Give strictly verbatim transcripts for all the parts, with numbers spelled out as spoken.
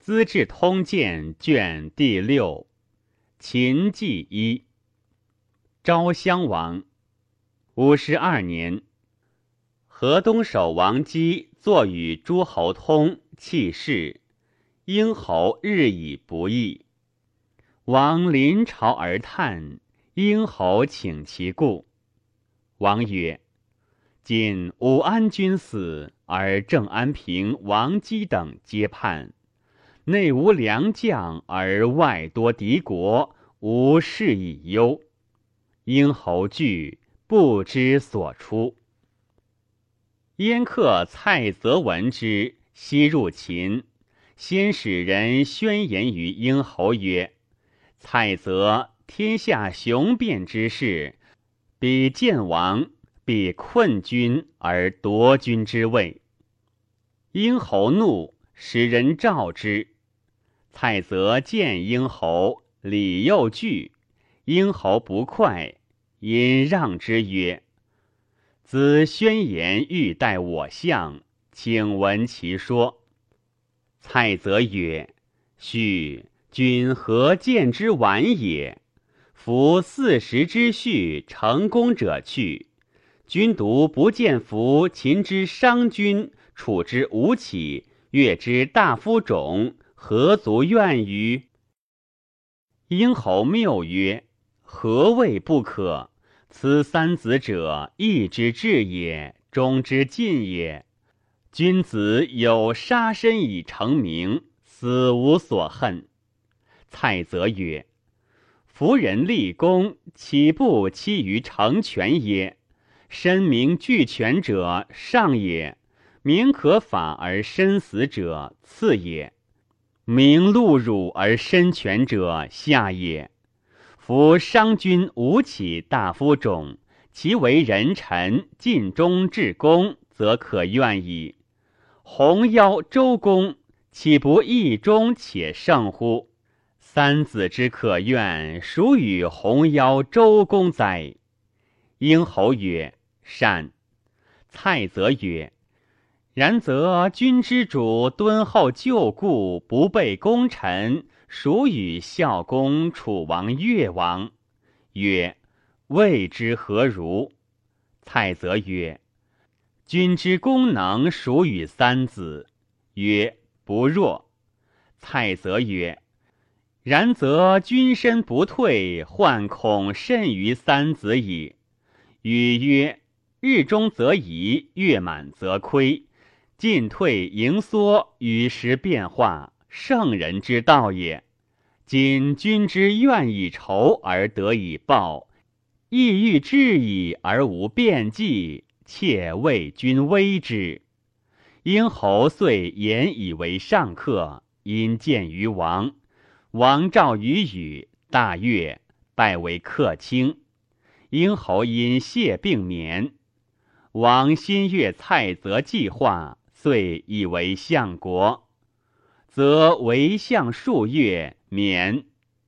资治通鉴》卷第六，秦纪一。昭襄王五十二年，河东守王姬坐与诸侯通，弃市。婴侯日以不义。王临朝而叹，婴侯请其故。王曰：今武安君死，而郑安平、王姬等皆叛，内无良将，而外多敌国，吾事以忧。婴侯惧，不知所出。燕客蔡泽闻之，西入秦，先使人宣言于婴侯曰：蔡泽天下雄辩之士，彼见王，必困君而夺君之位。婴侯怒，使人召之。蔡泽见婴侯，礼又惧，婴侯不快，因让之曰：子宣言欲待我相，请闻其说。蔡泽曰：须，君何见之晚也？夫四时之序，成功者去，君独不见夫秦之商君，楚之吴起，越之大夫种，何足怨于？婴侯谬曰：何谓不可？此三子者，义之至也，忠之尽也。君子有杀身以成名，死无所恨。蔡泽曰：夫人立功，岂不期于成全耶？身名俱全者，上也；名可法而身死者，次也；名禄辱而身全者，下也。夫商君吴起大夫种，其为人臣，尽忠至公，则可怨矣。红腰周公，岂不义忠且胜乎？三子之可怨，孰与红腰周公哉？婴侯曰：善。蔡泽曰：然则君之主敦厚旧故，不备功臣，孰与孝公、楚王、越王？曰：谓之何如？蔡泽曰：君之功能孰与三子？曰：不若。蔡泽曰：然则君身不退，患恐甚于三子矣。语曰：日中则移，月满则亏，进退盈缩，与时变化，圣人之道也。今君之愿以仇而得以报，意欲至矣而无辩计，切谓君威之。婴侯遂言以为上客，因见于王。王召于宇，大悦，拜为客卿。婴侯因谢病免。王心悦蔡泽计划，遂以为相国。则为相数月，免。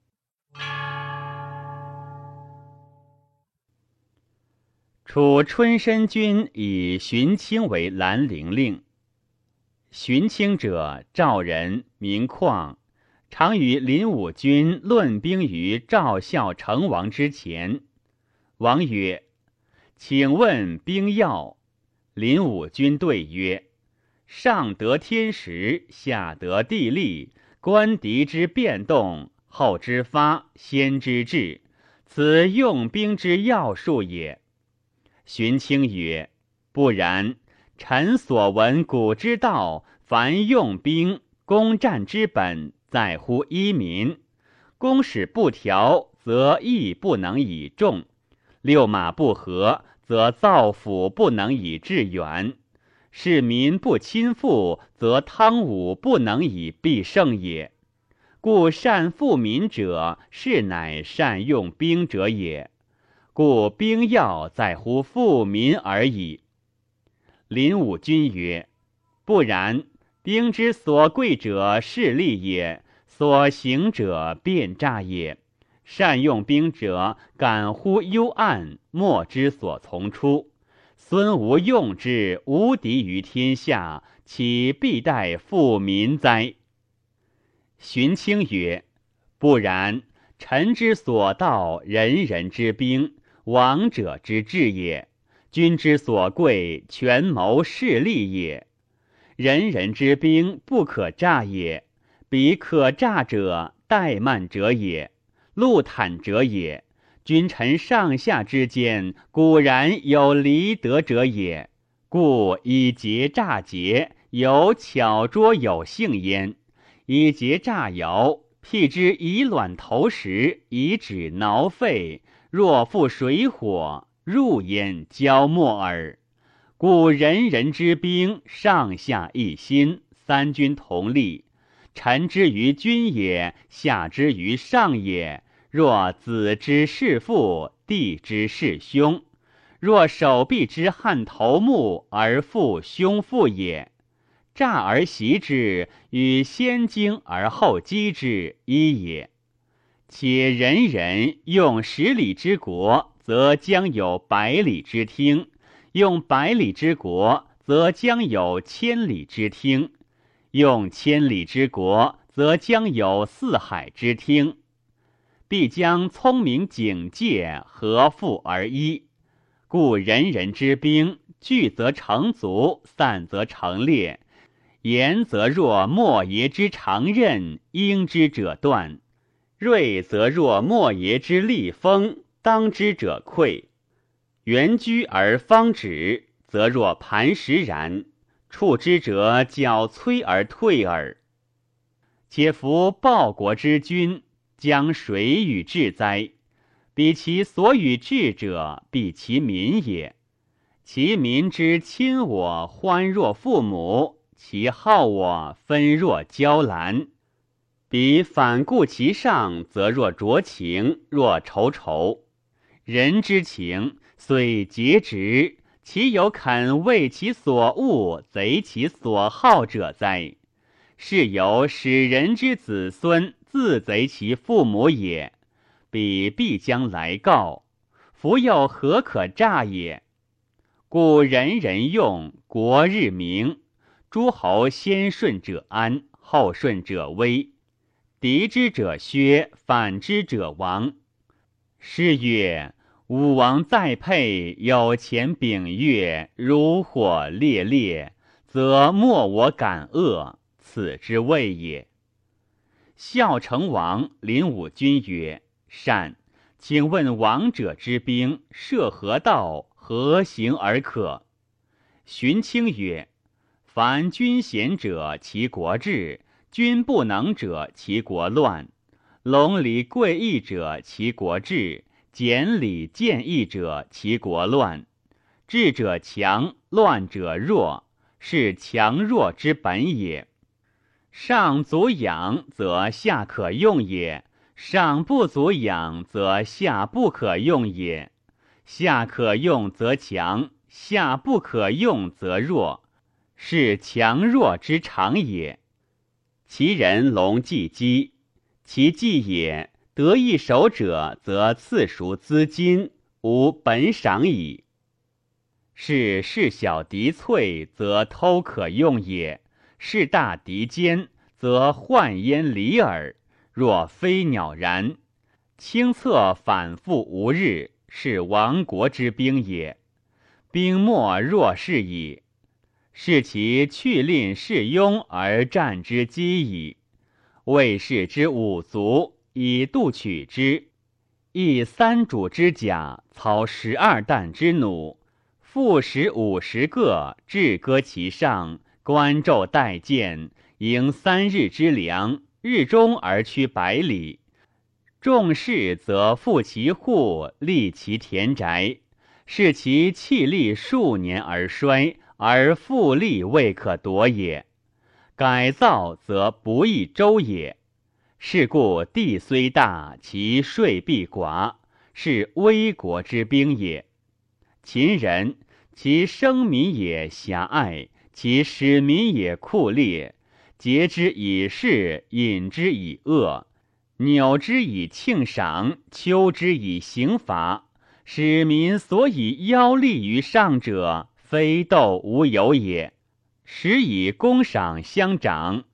楚春申君以荀卿为兰陵令。荀卿者，赵人，名况，常与林武君论兵于赵孝成王之前。王曰：请问兵要。林武君对曰：上得天时，下得地利，观敌之变动，后之发，先之至，此用兵之要术也。荀卿曰：不然，臣所闻古之道，凡用兵攻战之本，在乎依民。攻使不调，则义不能以重；六马不和，则造府不能以致远；士民不亲附，则汤武不能以必胜也。故善富民者，是乃善用兵者也。故兵要在乎富民而已。林武君曰：不然，兵之所贵者势利也，所行者变诈也。善用兵者，敢乎幽暗，莫之所从出。孙吴用之，无敌于天下，岂必待富民哉？ 荀卿曰：不然，臣之所道，人人之兵，王者之治也；君之所贵，权谋势利也。人人之兵，不可诈也。彼可诈者，怠慢者也，陆坦者也。君臣上下之间，固然有离德者也。故以节诈节，有巧拙有幸焉。以节诈摇，譬之以卵投石，以指挠肺，若负水火，入焉焦没耳。故人人之兵，上下一心，三军同力。臣之于君也，下之于上也。若子之弑父，弟之弑兄，若手臂之汉头目而父兄父也。诈而袭之，与先惊而后击之一也。且人人用十里之国，则将有百里之听；用百里之国，则将有千里之听；用千里之国，则将有四海之听。必将聪明警戒，合复而一。故人人之兵，聚则成族，散则成列。言则若莫邪之长刃，应之者断；锐则若莫邪之利锋，当之者溃。圆居而方止，则若磐石然；触之者脚摧而退耳。且夫报国之君，将谁与治哉？彼其所与治者，必其民也。其民之亲我，欢若父母；其好我，分若娇兰。彼反顾其上，则若酌情，若愁愁。人之情，虽节直，其有肯为其所恶，贼其所好者哉？是有使人之子孙自贼其父母也。彼必将来告，夫又何可诈也？故人人用，国日明。诸侯先顺者安，后顺者危。敌之者削，反之者亡。是曰：武王再配，有前秉月，如火烈烈，则莫我敢恶，此之谓也。孝成王临武君曰：善，请问王者之兵，涉何道，何行而可？荀卿曰：凡君贤者，其国治；君不能者，其国乱。隆礼贵义者，其国治；简礼见义者，其国乱。治者强，乱者弱，是强弱之本也。上足养，则下可用也；上不足养，则下不可用也。下可用则强，下不可用则弱，是强弱之常也。其人隆既饥，其计也，得一手者，则赐赎资金，无本赏矣。是事小敌瘁，则偷可用也；是大敌坚，则患焉离耳。若飞鸟然，清策反复无日，是亡国之兵也。兵莫若是矣。是其去吝是庸而战之机矣。魏氏之五族，以度取之；役三主之甲，操十二担之弩，负十五十个，置戈其上，观昼待见，营三日之粮，日中而驱百里。众士则复其户，立其田宅，是其气力数年而衰，而复利未可夺也。改造则不亦周也。是故地虽大，其税必寡，是危国之兵也。秦人，其生民也狭隘，其使民也酷烈，节之以势，引之以恶，扭之以庆赏，秋之以刑罚。使民所以邀立于上者，非斗无有也。时以功赏相长，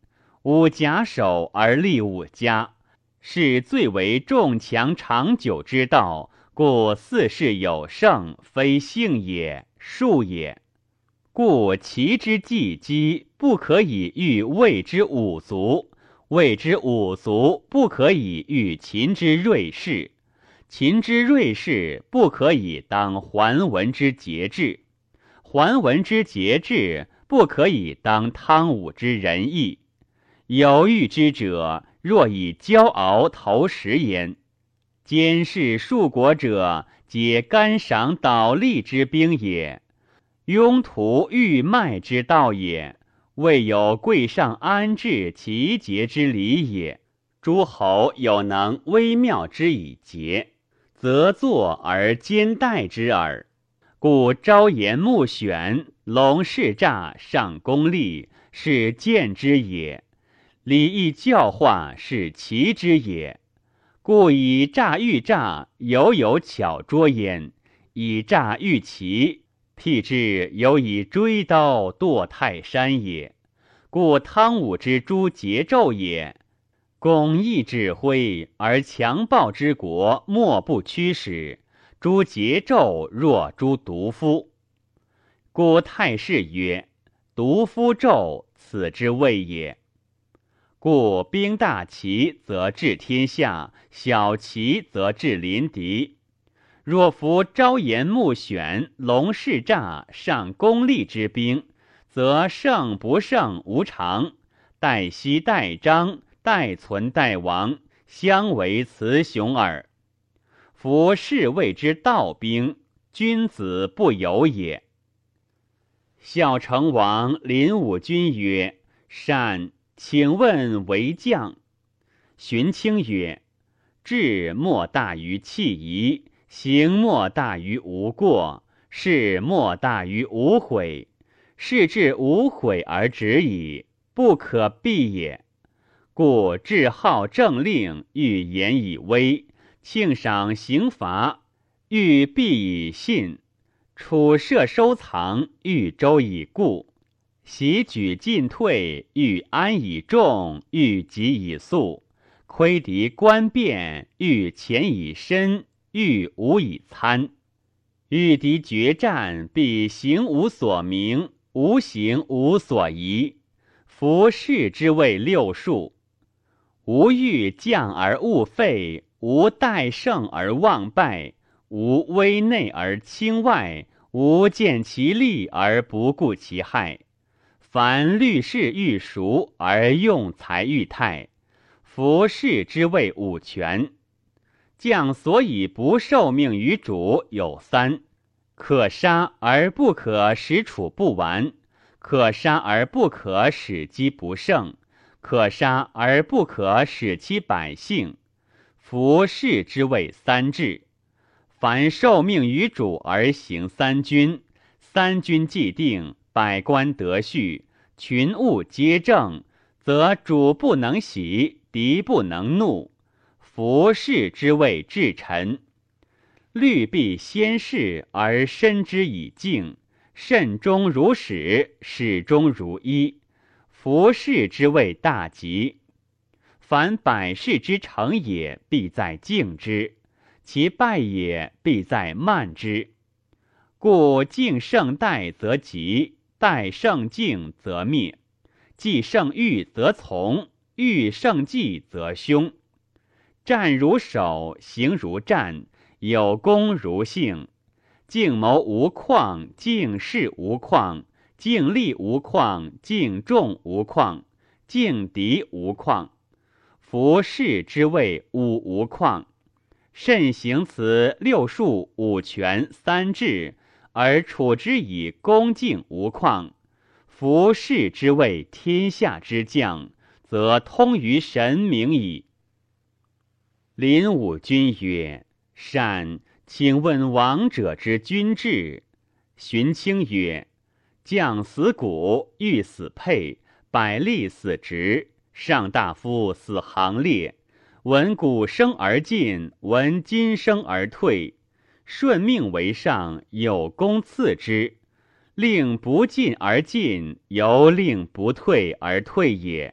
五甲首而立五家，是最为众强长久之道。故四世有胜，非幸也，术也。故齐之既击，不可以御魏之五族；魏之五族，不可以御秦之锐士；秦之锐士，不可以当桓文之节制；桓文之节制，不可以当汤武之仁义。有欲之者，若以骄傲投食焉。监视数国者，皆干赏倒立之兵也，庸途欲迈之道也，未有贵上安置其节之礼也。诸侯有能微妙之以节，则坐而兼待之耳。故朝言暮选，龙视诈，上公立，是见之也；礼义教化，是齐之也。故以诈御诈，犹有巧拙焉；以诈御齐，譬之犹以锥刀剁泰山也。故汤武之诸桀纣也，公义指挥，而强暴之国莫不驱使。诸桀纣若诸毒夫。故太史曰：毒夫纣，此之谓也。故兵大齐则治天下，小齐则治邻敌。若服朝言暮选，龙视诈，上公立之兵，则胜不胜无常，待息待张，待存待亡，相为雌雄耳。夫士谓之道兵，君子不有也。孝成王临武君曰：善，请问为将。荀卿曰：志莫大于弃疑，行莫大于无过，事莫大于无悔。是至无悔而止矣，不可避也。故治好政令，欲严以威；庆赏刑罚，欲避以信；处设收藏，欲周以固；袭举进退，欲安以众，欲急以速；窥敌观变，欲潜以深，欲无以参。欲敌决战，必行无所明，无形无所疑。夫士之谓六术。无欲将而勿废，无待胜而忘败，无危内而轻外，无见其利而不顾其害。凡虑事愈熟，而用才愈泰。夫士之谓五权。将所以不受命于主有三：可杀而不可使处不完，可杀而不可使击不胜，可杀而不可使其百姓。夫士之谓三治。凡受命于主而行三军，三军既定，百官得序，群务皆正，则主不能喜，敌不能怒。夫士之谓治臣。虑必先事而身之以敬，慎终如始，始终如一。夫士之谓大吉。凡百事之成也，必在敬之；其败也，必在慢之。故敬胜待则吉，待胜敬则灭；既胜欲则从，欲胜计则凶。战如守，行如战，有功如幸。敬谋无旷，敬事无旷，敬力无旷，敬众无旷，敬敌无旷。夫士之谓五无旷。慎行此六术五权三治，而处之以恭敬无旷。夫士之谓天下之将，则通于神明矣。临武君曰：善，请问王者之君制。荀卿曰：将死鼓，欲死佩，百吏死直，上大夫死行列。闻鼓声而进，闻金声而退。顺命为上，有功赐之；令不进而进，犹令不退而退也。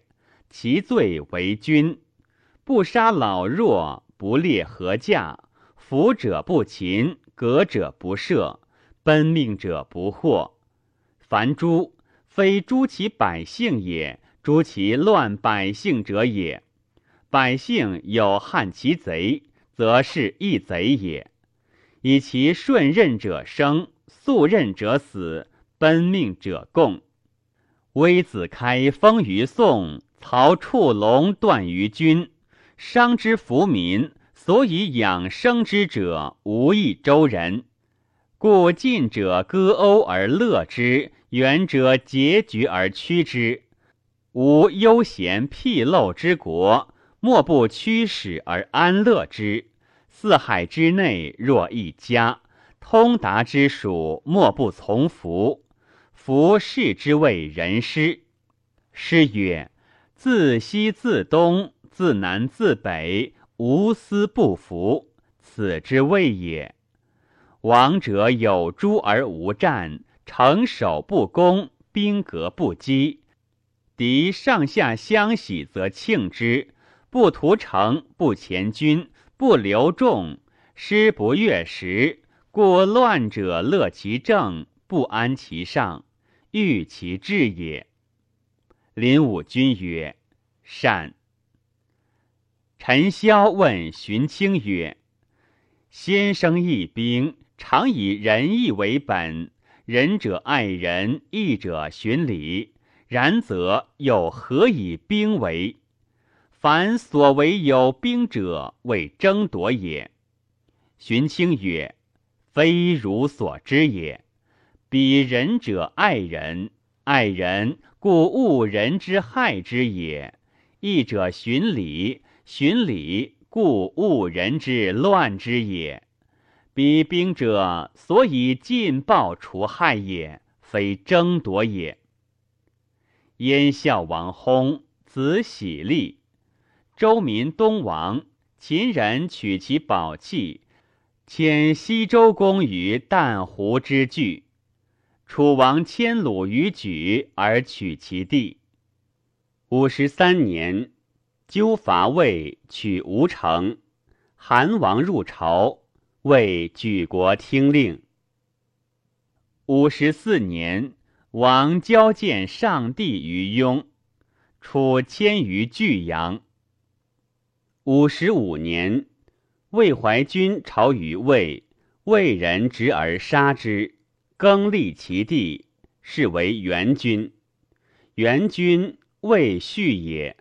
其罪为君。不杀老弱，不列禾驾，服者不擒，革者不赦，奔命者不获。凡诛，非诛其百姓也，诛其乱百姓者也。百姓有害其贼，则是一贼也。以其顺任者生，速任者死，奔命者共。微子开封于宋，曹触龙断于君。商之服民，所以养生之者，无一周人。故近者歌讴而乐之，远者桀局而趋之。无悠闲僻陋之国，莫不驱使而安乐之。四海之内，若一家，通达之属，莫不从服。夫士之谓人师。师曰：自西自东，自南自北，无私不服，此之谓也。王者有诸而无战，城守不攻，兵革不击。敌上下相喜则庆之，不屠城，不前军，不留众，师不越时，故乱者乐其政，不安其上，欲其治也。林武君曰：善。陈嚣问荀卿曰：先生义兵，常以仁义为本，仁者爱人，义者循礼，然则又何以兵为？凡所为有兵者，为争夺也。荀卿曰：非汝所知也。彼仁者爱人，爱人故恶人之害之也；义者循礼，循礼故恶人之乱之也。彼兵者，所以尽暴除害也，非争夺也。燕孝王薨，子喜立。周民东亡，秦人取其宝器，迁西周公于旦湖之据。楚王迁鲁于莒，而取其地。五十三年，纠伐魏，取吴城。韩王入朝，为举国听令。五十四年，王交见上帝于雍，楚迁于巨阳。五十五年，魏怀君朝于魏，魏人执而杀之，更立其地，是为元君。元君，魏续也。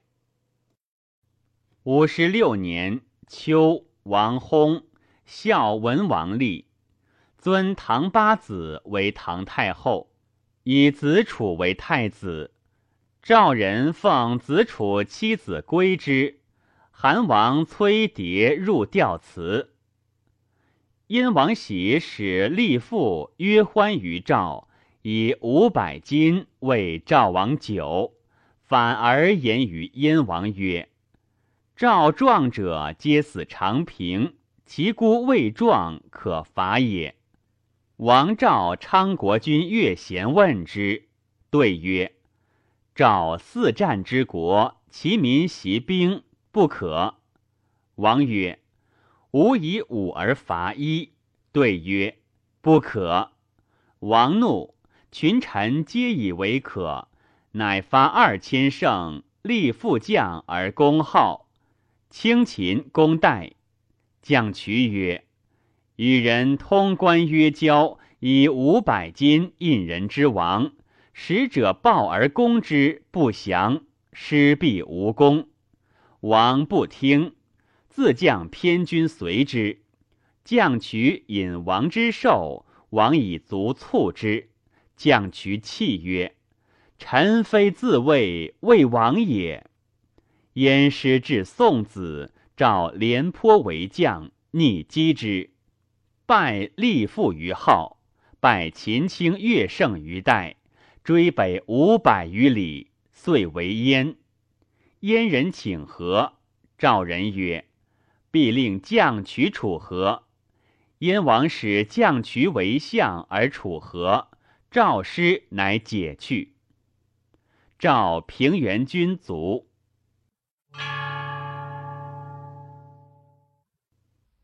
五十六年秋，王薨，孝文王立，尊唐八子为唐太后，以子楚为太子。赵人奉子楚妻子归之。韩王崔牒入吊祠。殷王喜使立父约欢于赵，以五百金为赵王酒，反而言于殷王曰：赵壮者皆死长平，其孤未壮，可伐也。王赵昌国君乐贤问之，对曰：赵四战之国，其民习兵，不可。王曰：吾以武而伐一。对曰：不可。王怒，群臣皆以为可，乃发二千乘，立副将而攻号，轻秦攻代。将渠曰：与人通关约交，以五百金印人之亡，使者报而攻之，不降，失必无功。王不听，自将偏军随之。将渠引王之寿，王以足促之。将渠泣曰：臣非自卫，为王也。燕师至宋子，召廉颇为将，逆击之，败立父于号，败秦卿乐胜于代，追北五百余里，遂为燕。燕人请和，赵人曰：必令将渠楚河。燕王使将渠为相而楚河，赵师乃解去。赵平原君卒。